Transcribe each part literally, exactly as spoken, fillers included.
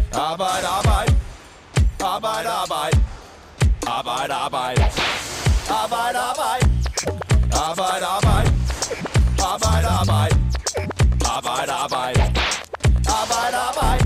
Arbejde, arbejde. Arbejde, arbejde. Arbejde, arbejde. Arbejde, arbejde. Arbejde, arbejde. Arbejde, arbejde. Arbejde, arbejde. Arbejde, arbejde.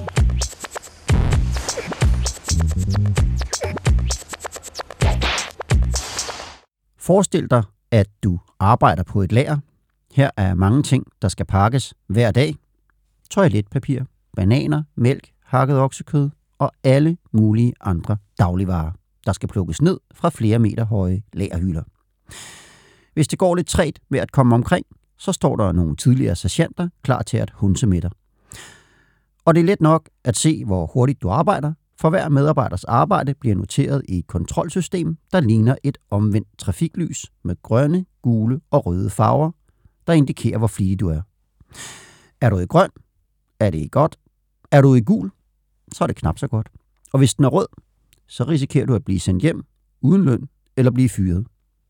Forestil dig, at du arbejder på et lager. Her er mange ting, der skal pakkes hver dag. Toiletpapir, bananer, mælk, hakket oksekød og alle mulige andre dagligvarer, der skal plukkes ned fra flere meter høje lagerhylder. Hvis det går lidt træt med at komme omkring, så står der nogle tidligere sergeanter klar til at hunse med dig. Og det er let nok at se, hvor hurtigt du arbejder, for hver medarbejders arbejde bliver noteret i et kontrolsystem, der ligner et omvendt trafiklys med grønne, gule og røde farver, der indikerer, hvor flittig du er. Er du i grøn, er det godt. Er du i gul, så er det knap så godt. Og hvis den er rød, så risikerer du at blive sendt hjem uden løn eller blive fyret.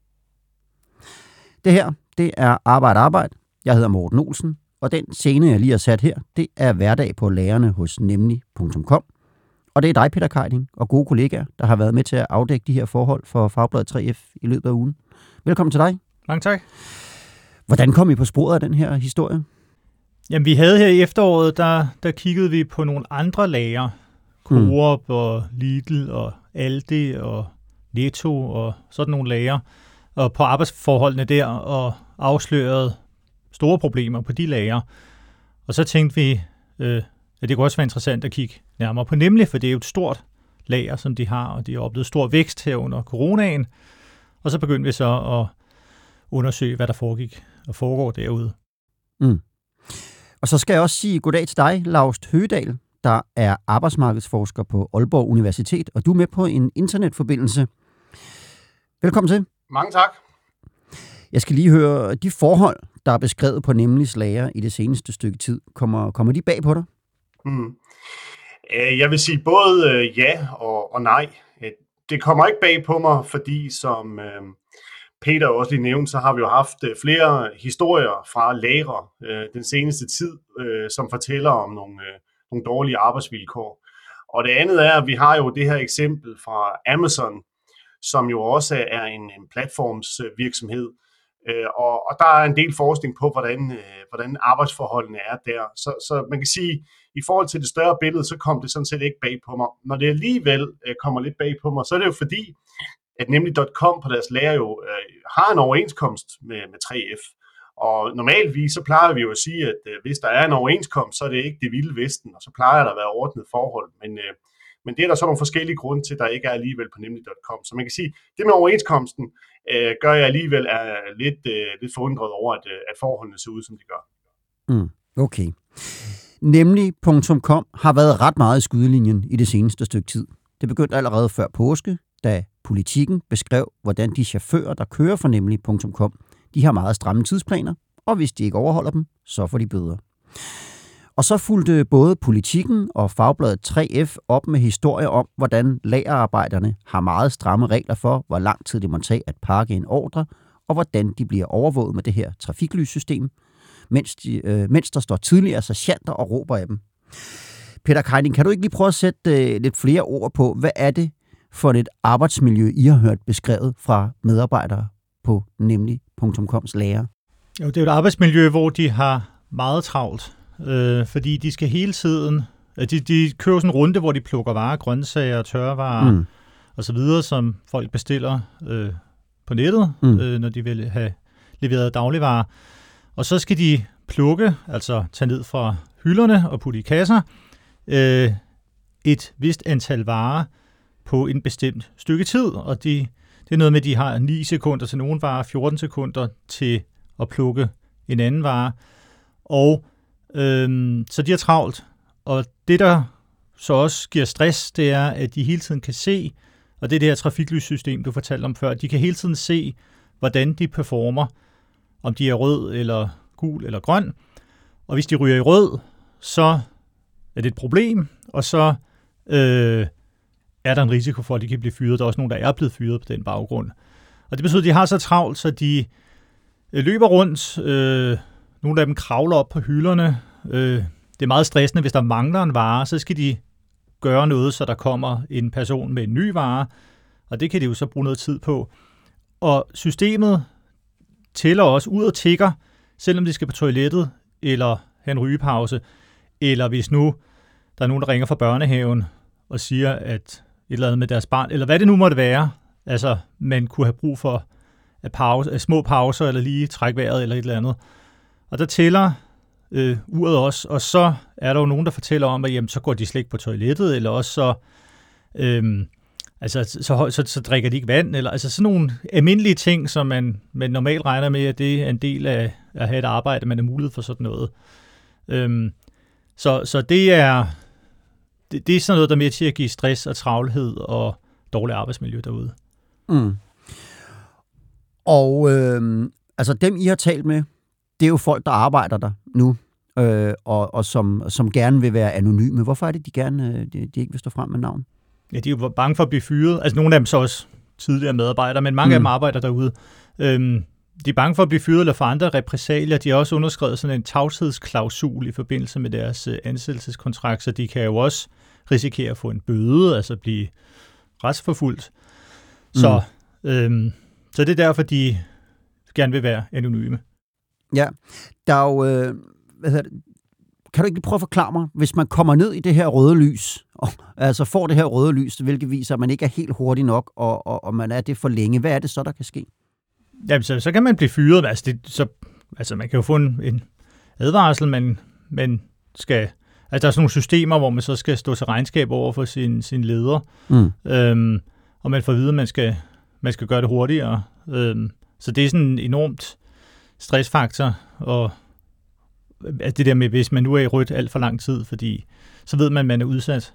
Det her, det er Arbejde Arbejde. Jeg hedder Morten Olsen, og den scene, jeg lige har sat her, det er hverdag på lagerne hos nemlig punktum com. Og det er dig, Peter Keiding, og gode kollegaer, der har været med til at afdække de her forhold for Fagbladet tre F i løbet af ugen. Velkommen til dig. Mange tak. Hvordan kom I på sporet af den her historie? Jamen, vi havde her i efteråret, der, der kiggede vi på nogle andre lager. Coop hmm. og Lidl og Aldi og Netto og sådan nogle lager. Og på arbejdsforholdene der, og afslørede store problemer på de lager. Og så tænkte vi, øh, at det kunne også være interessant at kigge nærmere på Nemlig, for det er jo et stort lager, som de har, og de har oplevet stor vækst her under coronaen. Og så begyndte vi så at undersøge, hvad der foregik og foregår derude. Mm. Og så skal jeg også sige goddag til dig, Laust Høgedal, der er arbejdsmarkedsforsker på Aalborg Universitet, og du er med på en internetforbindelse. Velkommen til. Mange tak. Jeg skal lige høre, de forhold, der er beskrevet på Nemligs lager i det seneste stykke tid, kommer, kommer de bag på dig? Mm. Jeg vil sige både ja og, og nej. Det kommer ikke bag på mig, fordi som øh, Peter også lige nævnte, så har vi jo haft flere historier fra lagre øh, den seneste tid, øh, som fortæller om nogle, øh, nogle dårlige arbejdsvilkår. Og det andet er, at vi har jo det her eksempel fra Amazon, som jo også er en, en platformsvirksomhed. Øh, og, og der er en del forskning på, hvordan, øh, hvordan arbejdsforholdene er der. Så, så man kan sige, i forhold til det større billede, så kom det sådan set ikke bag på mig. Når det alligevel øh, kommer lidt bag på mig, så er det jo fordi, at nemlig punktum com på deres lager jo øh, har en overenskomst med, med tre F. Og normalvis så plejer vi jo at sige, at øh, hvis der er en overenskomst, så er det ikke det vilde vesten, og så plejer der at være ordnet forhold. Men, øh, men det er der så nogle forskellige grunde til, der ikke er alligevel på nemlig punktum com. Så man kan sige, det med overenskomsten øh, gør jeg alligevel er lidt, øh, lidt forundret over, at, øh, at forholdene ser ud, som de gør. Mm, okay. nemlig punktum com har været ret meget i skydelinjen i det seneste stykke tid. Det begyndte allerede før påske, da Politikken beskrev, hvordan de chauffører, der kører for nemlig punktum com, de har meget stramme tidsplaner, og hvis de ikke overholder dem, så får de bøder. Og så fulgte både Politikken og Fagbladet tre F op med historier om, hvordan lagerarbejderne har meget stramme regler for, hvor lang tid det må tage at pakke en ordre, og hvordan de bliver overvåget med det her trafiklyssystem, mens, de, øh, mens der står tidligere sergeanter og råber af dem. Peter Keiding, kan du ikke lige prøve at sætte øh, lidt flere ord på, hvad er det for et arbejdsmiljø, I har hørt beskrevet fra medarbejdere på nemlig punktum coms lager? Jo, det er jo et arbejdsmiljø, hvor de har meget travlt, øh, fordi de skal hele tiden, de, de kører sådan en runde, hvor de plukker varer, grøntsager, tørrevarer mm. og så videre, som folk bestiller øh, på nettet, mm. øh, når de vil have leveret dagligvarer. Og så skal de plukke, altså tage ned fra hylderne og putte i kasser, øh, et vist antal varer på en bestemt stykke tid, og de, det er noget med, at de har ni sekunder til nogle varer, fjorten sekunder til at plukke en anden vare, og øhm, så de er travlt, og det der så også giver stress, det er, at de hele tiden kan se, og det er det her trafiklyssystem, du fortalte om før, de kan hele tiden se, hvordan de performer, om de er rød eller gul eller grøn, og hvis de ryger i rød, så er det et problem, og så øh, er der en risiko for, at de kan blive fyret. Der er også nogen, der er blevet fyret på den baggrund. Og det betyder, at de har så travlt, så de løber rundt. Øh, nogle af dem kravler op på hylderne. Øh, det er meget stressende, hvis der mangler en vare, så skal de gøre noget, så der kommer en person med en ny vare, og det kan de jo så bruge noget tid på. Og systemet tæller også ud og tikker, selvom de skal på toilettet, eller have en rygepause, eller hvis nu der er nogen, der ringer fra børnehaven og siger, at et eller andet med deres barn, eller hvad det nu måtte være, altså man kunne have brug for at pause, at små pauser, eller lige trække vejret, eller et eller andet. Og der tæller øh, uret også, og så er der jo nogen, der fortæller om, at jamen, så går de slet ikke på toilettet, eller også så, øh, altså, så, så, så drikker de ikke vand, eller altså sådan nogle almindelige ting, som man, man normalt regner med, at det er en del af at have et arbejde, man er mulighed for sådan noget. Øh, så, så det er det, det er sådan noget, der er med til at give stress og travlhed og dårlig arbejdsmiljø derude. Mm. Og øh, altså dem, I har talt med, det er jo folk, der arbejder der nu, øh, og, og som, som gerne vil være anonyme. Hvorfor er det, de gerne de, de ikke vil stå frem med navn? Ja, de er jo bange for at blive fyret. Altså nogle af dem så også tidligere medarbejdere, men mange mm. af dem arbejder derude. Øhm, de er bange for at blive fyret eller for andre repressalier. De har også underskrevet sådan en tavshedsklausul i forbindelse med deres ansættelseskontrakt, så de kan jo også risikere at få en bøde, altså blive retsforfulgt. Mm. Så, øhm, så det er derfor, de gerne vil være anonyme. Ja, der er jo, øh, hvad hedder det? Kan du ikke prøve at forklare mig, hvis man kommer ned i det her røde lys, og altså får det her røde lys, hvilket viser, at man ikke er helt hurtig nok, og, og, og man er det for længe, hvad er det så, der kan ske? Jamen, så, så kan man blive fyret. Altså, det, så, altså man kan jo få en, en advarsel, man, man skal... Altså, der er sådan nogle systemer, hvor man så skal stå til regnskab over for sin, sin leder, mm. øhm, og man får at vide, at man skal, man skal gøre det hurtigere. Øhm, så det er sådan en enormt stressfaktor, og det der med, hvis man nu er i rødt alt for lang tid, fordi så ved man, at man er udsat.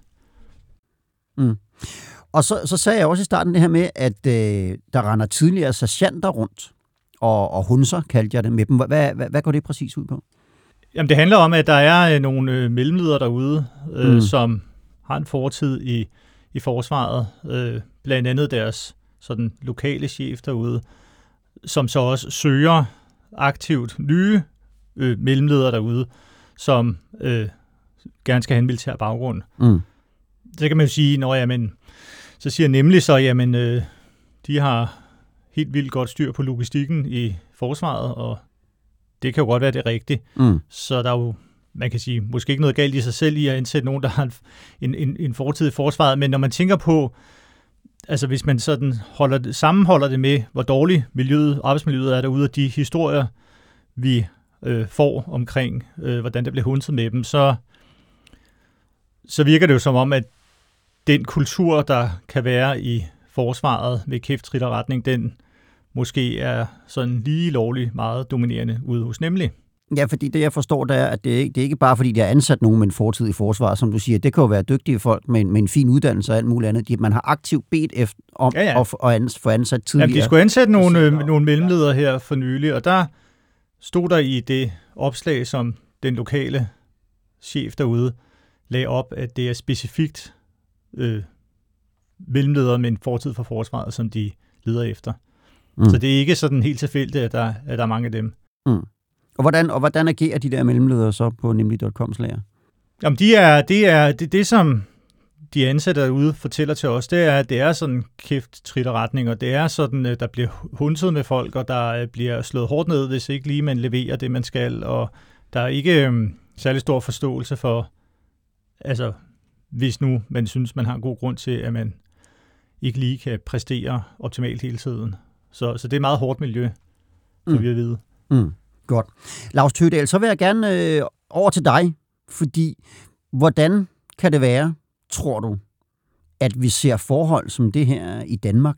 Mm. Og så, så sagde jeg også i starten det her med, at øh, der render tidligere sergeanter rundt, og, og hunser, kaldte jeg det med dem. Hvad, hvad, hvad går det præcis ud på? Jamen, det handler om, at der er nogle øh, mellemledere derude, øh, mm. som har en fortid i, i forsvaret, øh, blandt andet deres sådan, lokale chef derude, som så også søger aktivt nye øh, mellemledere derude, som øh, gerne skal have en militær baggrund. Mm. Så kan man jo sige, når jamen, så siger nemlig så, jamen, øh, de har helt vildt godt styr på logistikken i forsvaret, og det kan jo godt være, det er rigtigt. Mm. Så der er jo, man kan sige, måske ikke noget galt i sig selv i at indsætte nogen, der har en, en, en fortid i forsvaret, men når man tænker på, altså hvis man sådan holder det, sammenholder det med, hvor dårligt miljøet, arbejdsmiljøet er derude, og de historier, vi øh, får omkring, øh, hvordan der bliver hunset med dem, så, så virker det jo som om, at den kultur, der kan være i forsvaret med kæft, trit og retning, den måske er sådan lige lovligt meget dominerende ude hos nemlig. Ja, fordi det jeg forstår, det er, at det er, det er ikke bare fordi, de har ansat nogen med en fortid i forsvaret, som du siger, det kan jo være dygtige folk med en, med en fin uddannelse og alt muligt andet. De, man har aktivt bedt efter, om ja, ja. at få ans, ansat tidligere. Jamen, de skulle ansætte nogle, øh, nogle mellemledere her for nylig, og der stod der i det opslag, som den lokale chef derude lagde op, at det er specifikt øh, mellemledere med en fortid for forsvaret, som de leder efter. Mm. Så det er ikke sådan helt tilfældigt, at der, at der er mange af dem. Mm. Og hvordan, og hvordan agerer de der mellemledere så på nemlig punktum coms lager? Jamen, de er, det er det, det, som de ansatte derude fortæller til os, det er, at det er sådan kæft, trit og retning, og det er sådan, der bliver hunset med folk, og der bliver slået hårdt ned, hvis ikke lige man leverer det, man skal, og der er ikke øhm, særlig stor forståelse for, altså, hvis nu man synes, man har en god grund til, at man ikke lige kan præstere optimalt hele tiden. Så, så det er meget hårdt miljø, for mm. vi at vide. Mm. Godt. Lars Tøgedal, så vil jeg gerne øh, over til dig, fordi hvordan kan det være, tror du, at vi ser forhold som det her i Danmark?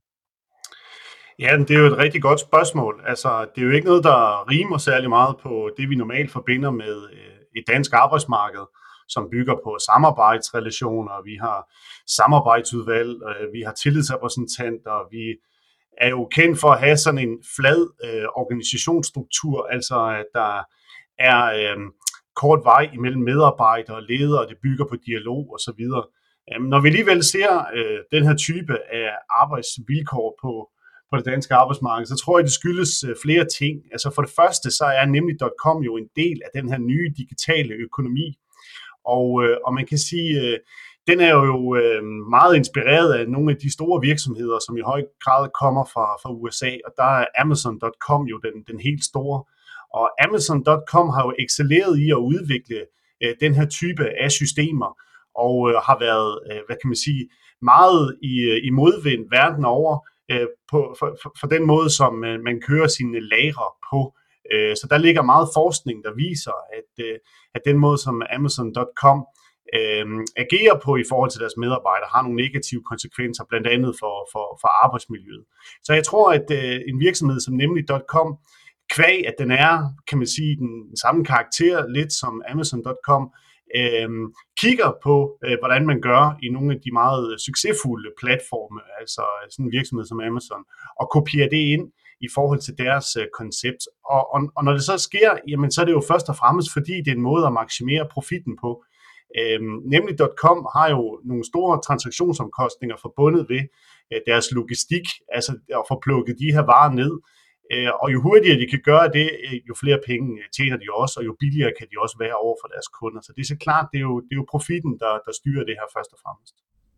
Ja, det er jo et rigtig godt spørgsmål. Altså, det er jo ikke noget, der rimer særlig meget på det, vi normalt forbinder med øh, et dansk arbejdsmarked, som bygger på samarbejdsrelationer. Vi har samarbejdsudvalg, øh, vi har tillidsrepræsentanter, vi er jo kendt for at have sådan en flad øh, organisationsstruktur, altså at der er øh, kort vej imellem medarbejdere og ledere, det bygger på dialog osv. Jamen, når vi alligevel ser øh, den her type af arbejdsvilkår på, på det danske arbejdsmarked, så tror jeg, det skyldes øh, flere ting. Altså for det første, så er nemlig punktum com jo en del af den her nye digitale økonomi, og, øh, og man kan sige, øh, den er jo øh, meget inspireret af nogle af de store virksomheder, som i høj grad kommer fra, fra U S A, og der er Amazon punktum com jo den, den helt store. Og Amazon punktum com har jo excelleret i at udvikle øh, den her type af systemer, og øh, har været, øh, hvad kan man sige, meget i, i modvind verden over, øh, på, for, for, for den måde, som øh, man kører sine lagre på. Øh, så der ligger meget forskning, der viser, at, øh, at den måde, som Amazon punktum com øh, agerer på i forhold til deres medarbejdere, har nogle negative konsekvenser, blandt andet for, for, for arbejdsmiljøet. Så jeg tror, at øh, en virksomhed som nemlig punktum com, kvæg at den er, kan man sige, den samme karakter, lidt som Amazon punktum com, øh, kigger på, øh, hvordan man gør i nogle af de meget succesfulde platforme, altså sådan en virksomhed som Amazon, og kopierer det ind i forhold til deres øh, koncept. Og, og, og når det så sker, jamen så er det jo først og fremmest, fordi det er en måde at maksimere profitten på. Øhm, nemlig punktum com har jo nogle store transaktionsomkostninger forbundet ved øh, deres logistik, altså at få plukket de her varer ned. Øh, og jo hurtigere de kan gøre det, øh, jo flere penge tjener de også, og jo billigere kan de også være over for deres kunder. Så det er så klart, det er jo, det er jo profitten, der, der styrer det her først og fremmest.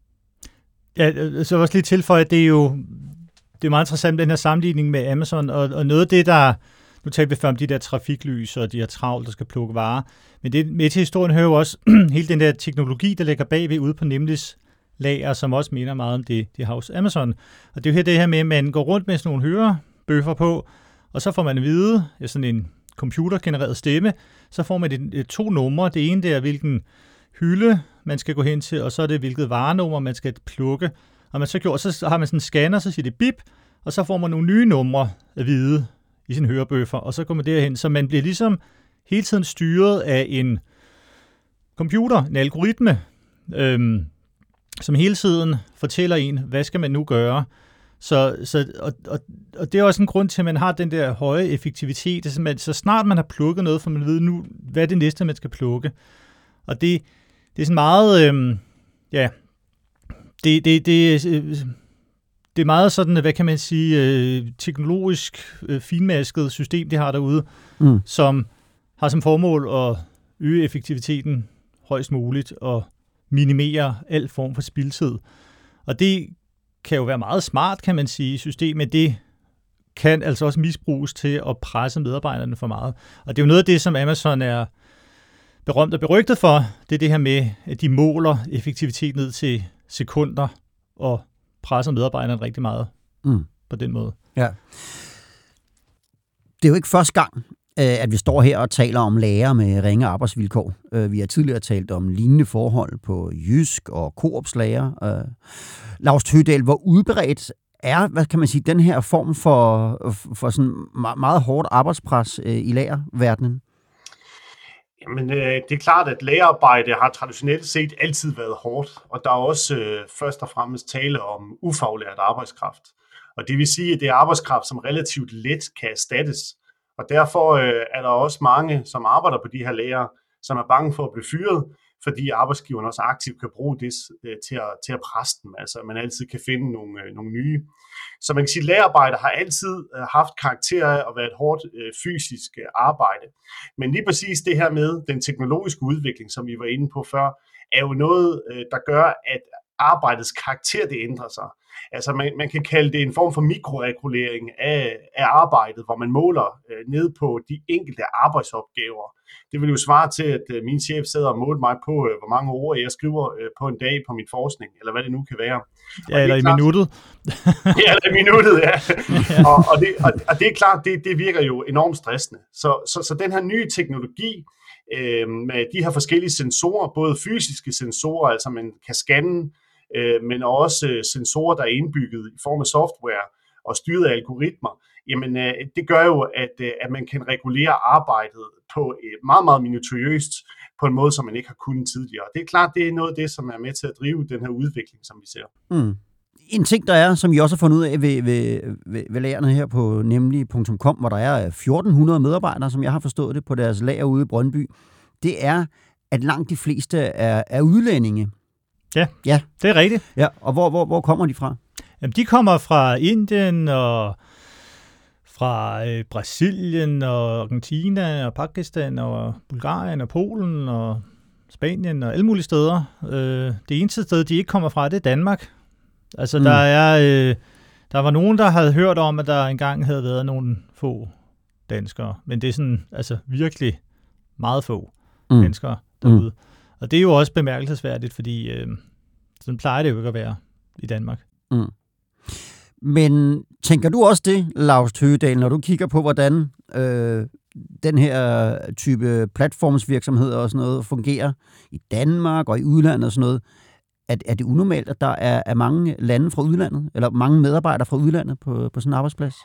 Ja, så også lige tilføje, at det er jo det er meget interessant, den her sammenligning med Amazon, og, og noget af det, der nu talte vi før om de der trafiklys, og de her travlt, der skal plukke varer. Men det med til historien hører jo også hele den der teknologi, der ligger bagved ude på Nemlis lager, som også minder meget om det, det har hos Amazon. Og det er jo her det her med, at man går rundt med sådan nogle hørebøffer på, og så får man at vide, ja, sådan en computergenereret stemme, så får man et, et, to numre. Det ene der er, hvilken hylde man skal gå hen til, og så er det, hvilket varenummer man skal plukke. Og man så, gjort, så har man sådan en scanner, så siger det bip, og så får man nogle nye numre at vide i sine hørebøffer, og så går man derhen, så man bliver ligesom hele tiden styret af en computer, en algoritme, øhm, som hele tiden fortæller en, hvad skal man nu gøre. Så, så, og, og, og det er også en grund til, at man har den der høje effektivitet. Det er simpelthen, så snart man har plukket noget, for man ved nu, hvad er det næste, man skal plukke. Og det, det er sådan meget, øhm, ja, det, det, det øh, Det er meget sådan, hvad kan man sige, øh, teknologisk øh, finmasket system, de har derude, mm. som har som formål at øge effektiviteten højst muligt og minimere al form for spildtid. Og det kan jo være meget smart, kan man sige, system, men det kan altså også misbruges til at presse medarbejderne for meget. Og det er jo noget af det, som Amazon er berømt og berygtet for, det er det her med, at de måler effektivitet ned til sekunder og presser medarbejderne rigtig meget mm. på den måde. Ja. Det er jo ikke første gang, at vi står her og taler om lærere med ringe arbejdsvilkår. Vi har tidligere talt om lignende forhold på Jysk og Coops lager. Laust Høgdahl, hvor udbredt er, hvad kan man sige, den her form for, for sådan meget hårdt arbejdspres i lagerverdenen? Jamen, øh, det er klart, at lagerarbejde har traditionelt set altid været hårdt, og der er også øh, først og fremmest tale om ufaglært arbejdskraft. Og det vil sige, at det er arbejdskraft, som relativt let kan erstattes. Og derfor øh, er der også mange, som arbejder på de her lager, som er bange for at blive fyret, fordi arbejdsgiveren også aktivt kan bruge det øh, til, at, til at presse dem, altså at man altid kan finde nogle, øh, nogle nye. Så man kan sige, at lagerarbejde har altid øh, haft karakter af at være et hårdt øh, fysisk øh, arbejde. Men lige præcis det her med den teknologiske udvikling, som vi var inde på før, er jo noget, øh, der gør, at arbejdets karakter det ændrer sig. Altså man, man kan kalde det en form for mikroregulering af, af arbejdet, hvor man måler øh, ned på de enkelte arbejdsopgaver. Det vil jo svare til, at øh, min chef sidder og måler mig på, øh, hvor mange ord jeg skriver øh, på en dag på min forskning, eller hvad det nu kan være. Ja, eller i klart, minuttet. ja, eller i minuttet, ja. og, og, det, og, og det er klart, det, det virker jo enormt stressende. Så, så, så den her nye teknologi, øh, med de her forskellige sensorer, både fysiske sensorer, altså man kan scanne, øh, men også sensorer, der er indbygget i form af software og styret af algoritmer, jamen øh, det gør jo, at, øh, at man kan regulere arbejdet på et meget, meget minutiøst på en måde, som man ikke har kunnet tidligere. Det er klart, det er noget af det, som er med til at drive den her udvikling, som vi ser. Mm. En ting, der er, som I også har fundet ud af ved, ved, ved, ved lagerne her på nemlig punktum com, hvor der er fjorten hundrede medarbejdere, som jeg har forstået det, på deres lager ude i Brøndby, det er, at langt de fleste er, er udlændinge. Ja, ja, det er rigtigt. Ja, og hvor, hvor, hvor kommer de fra? Jamen, de kommer fra Indien og fra øh, Brasilien og Argentina og Pakistan og Bulgarien og Polen og Spanien og alle mulige steder. Øh, det eneste sted, de ikke kommer fra, det er Danmark. Altså, mm. der er... Øh, der var nogen, der havde hørt om, at der engang havde været nogle få danskere. Men det er sådan, altså virkelig meget få mm. danskere derude. Mm. Og det er jo også bemærkelsesværdigt, fordi øh, sådan plejer det jo ikke at være i Danmark. Mm. Men tænker du også det, Laust Høgedal, når du kigger på, hvordan øh, den her type platformsvirksomheder og sådan noget fungerer i Danmark og i udlandet og sådan noget, at er det unormalt, at der er, er mange lande fra udlandet, eller mange medarbejdere fra udlandet på, på sådan en arbejdsplads?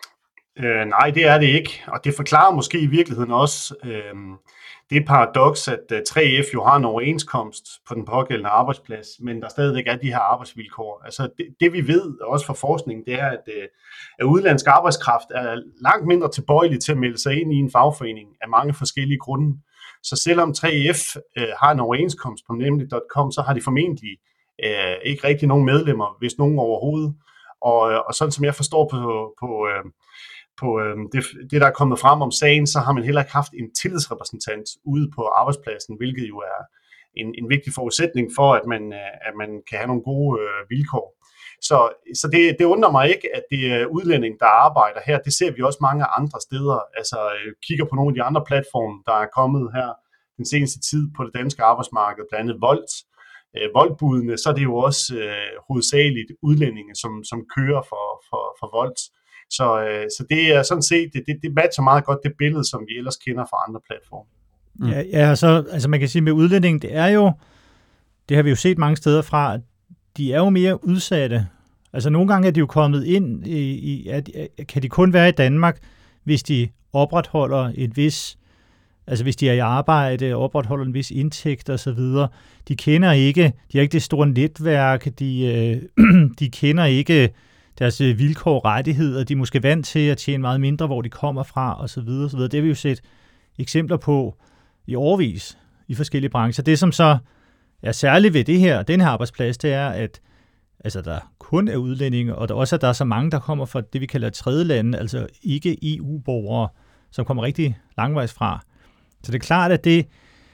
Øh, nej, det er det ikke, og det forklarer måske i virkeligheden også øh, det paradoks, at uh, tre F jo har en overenskomst på den pågældende arbejdsplads, men der stadigvæk er de her arbejdsvilkår. Altså det, det vi ved, også fra forskningen, det er, at, uh, at udenlandsk arbejdskraft er langt mindre tilbøjelig til at melde sig ind i en fagforening af mange forskellige grunde. Så selvom tre F uh, har en overenskomst på nemlig punktum com, så har de formentlig uh, ikke rigtig nogen medlemmer, hvis nogen overhovedet. Og, og sådan som jeg forstår på, på uh, på øh, det, det, der er kommet frem om sagen, så har man heller ikke haft en tillidsrepræsentant ude på arbejdspladsen, hvilket jo er en, en vigtig forudsætning for, at man, at man kan have nogle gode øh, vilkår. Så, så det, det undrer mig ikke, at det er udlænding, der arbejder her. Det ser vi også mange andre steder. Altså øh, kigger på nogle af de andre platforme, der er kommet her den seneste tid på det danske arbejdsmarked, blandt andet Volt. Øh, Voltbudene, så er det jo også øh, hovedsageligt udlændinge, som, som kører for, for, for Volt. Så, øh, så det er sådan set, det, det matcher meget godt det billede, som vi ellers kender fra andre platforme. Mm. Ja, ja så, altså man kan sige med udlænding, det er jo, det har vi jo set mange steder fra, de er jo mere udsatte. Altså nogle gange er de jo kommet ind i, i at, kan de kun være i Danmark, hvis de opretholder et vis, altså hvis de er i arbejde, opretholder en vis indtægt og så videre. De kender ikke, de har ikke det store netværk, de, øh, de kender ikke deres vilkår og rettigheder, de er måske vant til at tjene meget mindre, hvor de kommer fra, og så videre, og så videre. Det har vi jo set eksempler på i årevis i forskellige brancher. Det, som så er særligt ved det her, den her arbejdsplads, det er, at altså, der kun er udlændinge, og der også er der er så mange, der kommer fra det, vi kalder tredje lande, altså ikke E U-borgere, som kommer rigtig langvejs fra. Så det er klart, at det,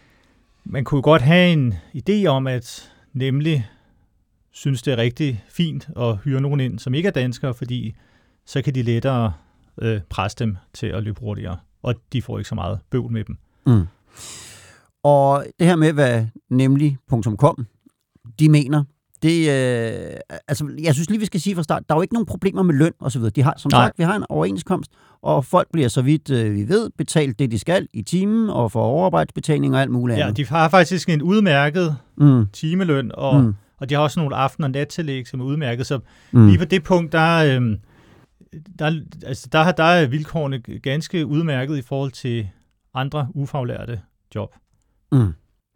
man kunne godt have en idé om, at nemlig synes, det er rigtig fint at hyre nogen ind, som ikke er danskere, fordi så kan de lettere øh, presse dem til at løbe hurtigere, og de får ikke så meget bøvl med dem. Mm. Og det her med, hvad nemlig punktum com, de mener, det, øh, altså, jeg synes lige, vi skal sige fra start, der er jo ikke nogen problemer med løn og så videre. De har, som Nej. sagt, vi har en overenskomst, og folk bliver, så vidt øh, vi ved, betalt det, de skal i timen, og får overarbejdsbetaling og alt muligt ja, andet. Ja, de har faktisk en udmærket mm. timeløn, og mm. Og de har også nogle aften- og nattillæg, som er udmærket. Så mm. lige på det punkt, der, øh, der, altså der, der er vilkårene ganske udmærket i forhold til andre ufaglærte job. Mm.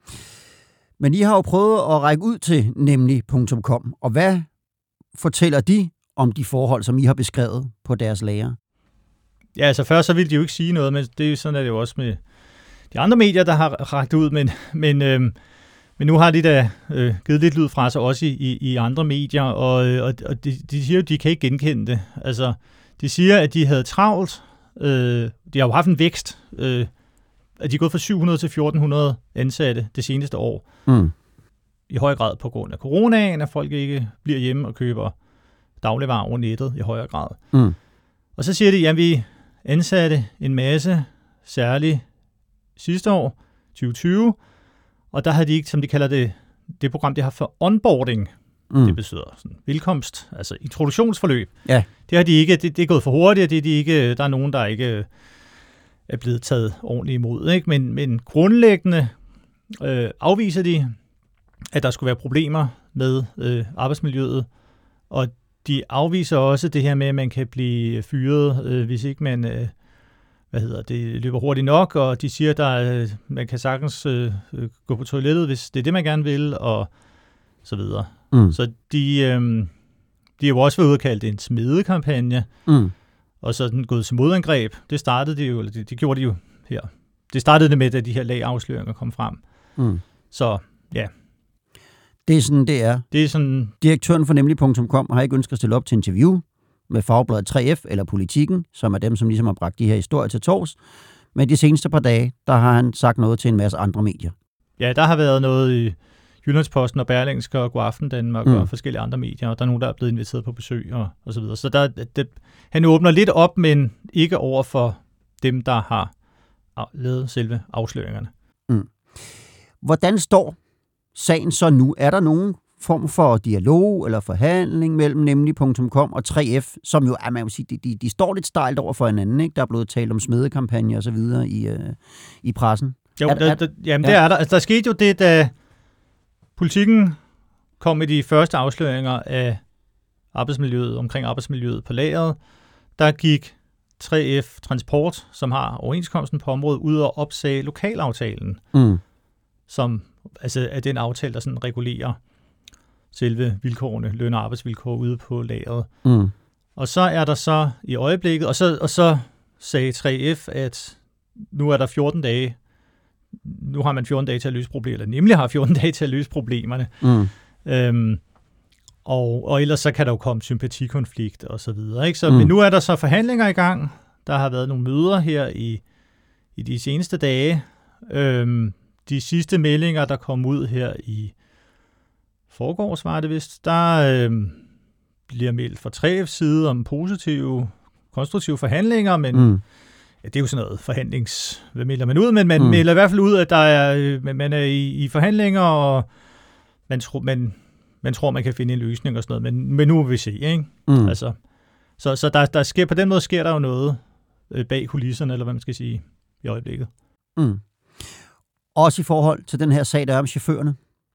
Men I har jo prøvet at række ud til nemlig punktum com. Og hvad fortæller de om de forhold, som I har beskrevet på deres lager? Ja, altså først så vil de jo ikke sige noget, men det er sådan, er det jo også med de andre medier, der har rakt ud. Men... men øh, Men nu har de da øh, givet lidt lyd fra sig også i, i, i andre medier, og, og, og de, de siger jo, at de kan ikke genkende det. Altså, de siger, at de havde travlt. Øh, de har jo haft en vækst. Øh, at de er gået fra syv hundrede til fjorten hundrede ansatte det seneste år. Mm. I høj grad på grund af coronaen, at folk ikke bliver hjemme og køber dagligvarer over nettet i højere grad. Mm. Og så siger de, at vi ansatte en masse, særligt sidste år, tyve tyve, og der havde de ikke, som de kalder det, det program, det har for onboarding. Mm. Det betyder sådan velkomst, altså introduktionsforløb. Ja. Det har de ikke, det, det er gået for hurtigt, det er de ikke, der er nogen, der ikke er blevet taget ordentligt imod. Ikke? Men, men grundlæggende øh, afviser de, at der skulle være problemer med øh, arbejdsmiljøet, og de afviser også det her med, at man kan blive fyret, øh, hvis ikke man... Øh, hvad hedder det, løber hurtigt nok, og de siger, at man kan sagtens øh, gå på toilettet, hvis det er det, man gerne vil, og så videre. Mm. Så de, øh, de har jo også været udkaldt en smedekampagne, mm. og så den gået til modangreb. Det startede de jo, eller det, det gjorde de jo her. Det startede det med, at de her lagafsløringer kom frem. Mm. Så ja. Det er sådan, det er. Det er sådan. Direktøren for nemlig punktum com har ikke ønsket at stille op til interview med fagbladet tre F eller Politikken, som er dem, som ligesom har bragt de her historier til tors. Men de seneste par dage, der har han sagt noget til en masse andre medier. ja, der har været noget i Jyllandsposten og Berlingske og Godaften Danmark mm. og forskellige andre medier, og der er nogen, der er blevet inviteret på besøg og, og så videre. Så der, det, han åbner lidt op, men ikke over for dem, der har lavet selve afsløringerne. Mm. Hvordan står sagen så nu? Er der nogen form for dialog eller forhandling mellem nemlig punktum com og tre F, som jo, man vil sige, de, de, de står lidt stejlt over for hinanden, ikke? Der er blevet talt om smedekampagner og så videre i, øh, i pressen. Jo, er, der, er, der, jamen ja. det er der. Altså, der skete jo det, da Politikken kom med de første afsløringer af arbejdsmiljøet, omkring arbejdsmiljøet på lageret. Der gik tre F Transport, som har overenskomsten på området, ud og opsagde lokalaftalen, mm. som altså er den aftale, der sådan regulerer selve vilkårene, løn- og arbejdsvilkår ude på lageret. Mm. Og så er der så i øjeblikket, og så, og så sagde tre F, at nu er der fjorten dage, nu har man fjorten dage til at løse problemer, eller nemlig har fjorten dage til at løse problemerne. Mm. Øhm, og, og ellers så kan der jo komme sympatikonflikt og så videre. Ikke? Så, mm. Men nu er der så forhandlinger i gang. Der har været nogle møder her i, i de seneste dage. Øhm, de sidste meldinger, der kom ud her i forgårs, var det vist, der øhm, bliver meldt fra tre F's side om positive, konstruktive forhandlinger, men mm. ja, det er jo sådan noget forhandlings... Hvad melder man ud? Men man mm. melder i hvert fald ud, at der er, man er i, i forhandlinger, og man, tro, man, man tror, man kan finde en løsning og sådan noget. Men, men nu vil vi se, ikke? Mm. Altså, så så der, der sker, på den måde sker der jo noget bag kulisserne, eller hvad man skal sige, i øjeblikket. Mm. Også i forhold til den her sag, der er om chaufførerne?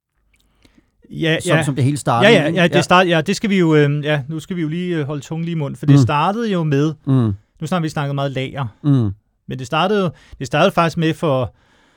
Ja, som, ja. som det hele startede. Ja, ja, ja, det start, ja, det skal vi jo, øh, ja, nu skal vi jo lige holde tungen lige i mund, for det mm. startede jo med, mm. nu snart vi snakket meget lager, mm. men det startede, det startede faktisk med for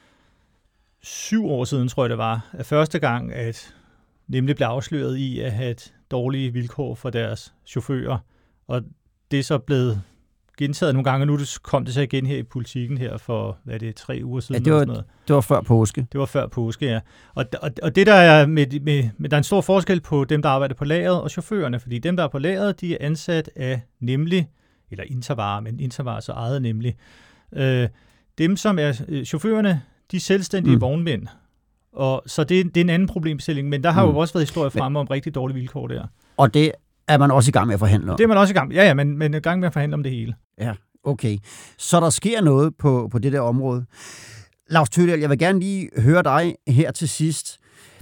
syv år siden, tror jeg det var, at første gang, at nemlig blev afsløret i at have dårlige vilkår for deres chauffører, og det er så blevet gentaget nogle gange, og nu kom det så igen her i Politikken her for, hvad er det, tre uger siden. Ja, det var, eller sådan noget. Det var før påske. Det var før påske, ja. Og, og, og det der er med, med, med, der er en stor forskel på dem, der arbejder på lageret og chaufførerne, fordi dem, der er på lageret, de er ansat af nemlig, eller Intervar, men Intervar så ejet nemlig. Øh, dem, som er øh, chaufførerne, de er selvstændige mm. vognmænd. Og så det, det er en anden problemstilling, men der har mm. jo også været historie fremme om rigtig dårlige vilkår der. Og det er man også i gang med at forhandle om. Det er man også i gang med. Ja, ja, men man er i gang med at forhandle om det hele. Ja, okay. Så der sker noget på, på det der område. Laust Tøgedal, jeg vil gerne lige høre dig her til sidst.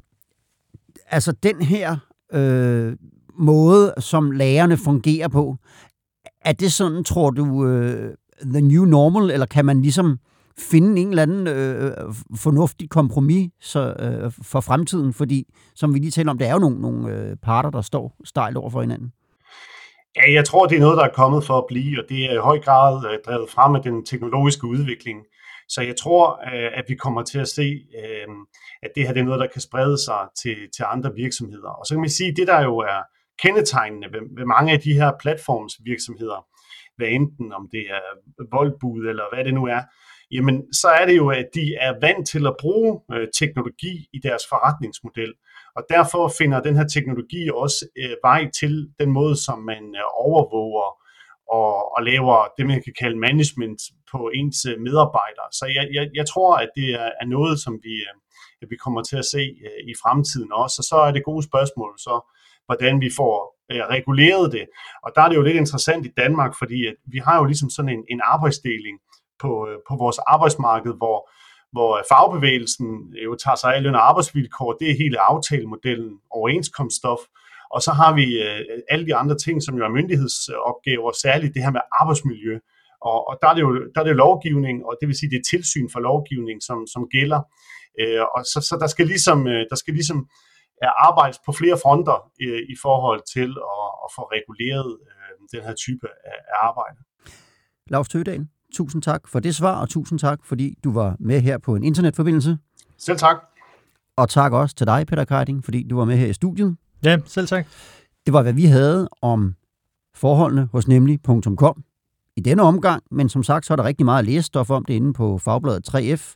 Altså den her øh, måde, som lærerne fungerer på, er det sådan, tror du, øh, the new normal, eller kan man ligesom finde en eller anden øh, fornuftig kompromis så, øh, for fremtiden? Fordi, som vi lige taler om, det er jo nogle, nogle øh, parter, der står stejlt over for hinanden. Ja, jeg tror, det er noget, der er kommet for at blive, og det er i høj grad øh, drevet frem af den teknologiske udvikling. Så jeg tror, øh, at vi kommer til at se, øh, at det her det er noget, der kan sprede sig til, til andre virksomheder. Og så kan man sige, at det der jo er kendetegnende ved, ved mange af de her platformsvirksomheder, hvad enten om det er voldbud eller hvad det nu er, jamen så er det jo, at de er vant til at bruge øh, teknologi i deres forretningsmodel. Og derfor finder den her teknologi også øh, vej til den måde, som man øh, overvåger og, og laver det, man kan kalde management på ens øh, medarbejdere. Så jeg, jeg, jeg tror, at det er, er noget, som vi, øh, vi kommer til at se øh, i fremtiden også. Og så er det gode spørgsmål, så hvordan vi får øh, reguleret det. Og der er det jo lidt interessant i Danmark, fordi at vi har jo ligesom sådan en, en arbejdsdeling på, øh, på vores arbejdsmarked, hvor hvor fagbevægelsen jo tager sig af løn- og arbejdsvilkår, det er hele aftalemodellen, overenskomststof, og så har vi øh, alle de andre ting, som jo er myndighedsopgaver, særligt det her med arbejdsmiljø, og, og der er det jo der er det jo lovgivning, og det vil sige, det er tilsyn for lovgivning, som, som gælder, øh, og så, så der skal ligesom, øh, der skal ligesom arbejdes på flere fronter øh, i forhold til at, at få reguleret øh, den her type af, af arbejde. Laust Tøgedal, tusind tak for det svar, og tusind tak, fordi du var med her på en internetforbindelse. Selv tak. Og tak også til dig, Peter Keiding, fordi du var med her i studiet. Ja, selv tak. Det var, hvad vi havde om forholdene hos nemlig punktum com i denne omgang, men som sagt, så er der rigtig meget læsestof om det inde på fagbladet tre F.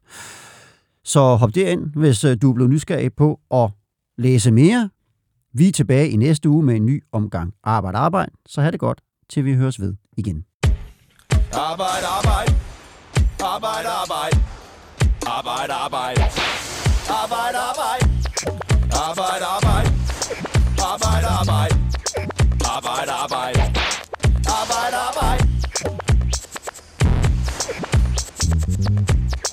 Så hop derind, hvis du er blevet nysgerrig på at læse mere. Vi er tilbage i næste uge med en ny omgang Arbejde Arbejde, så have det godt, til vi høres ved igen. Arbejde, arbejde. Arbejde, arbejde. Arbejde, arbejde. Arbejde, arbejde. Arbejde, arbejde. Arbejde, arbejde. Arbejde, arbejde. Arbejde, arbejde.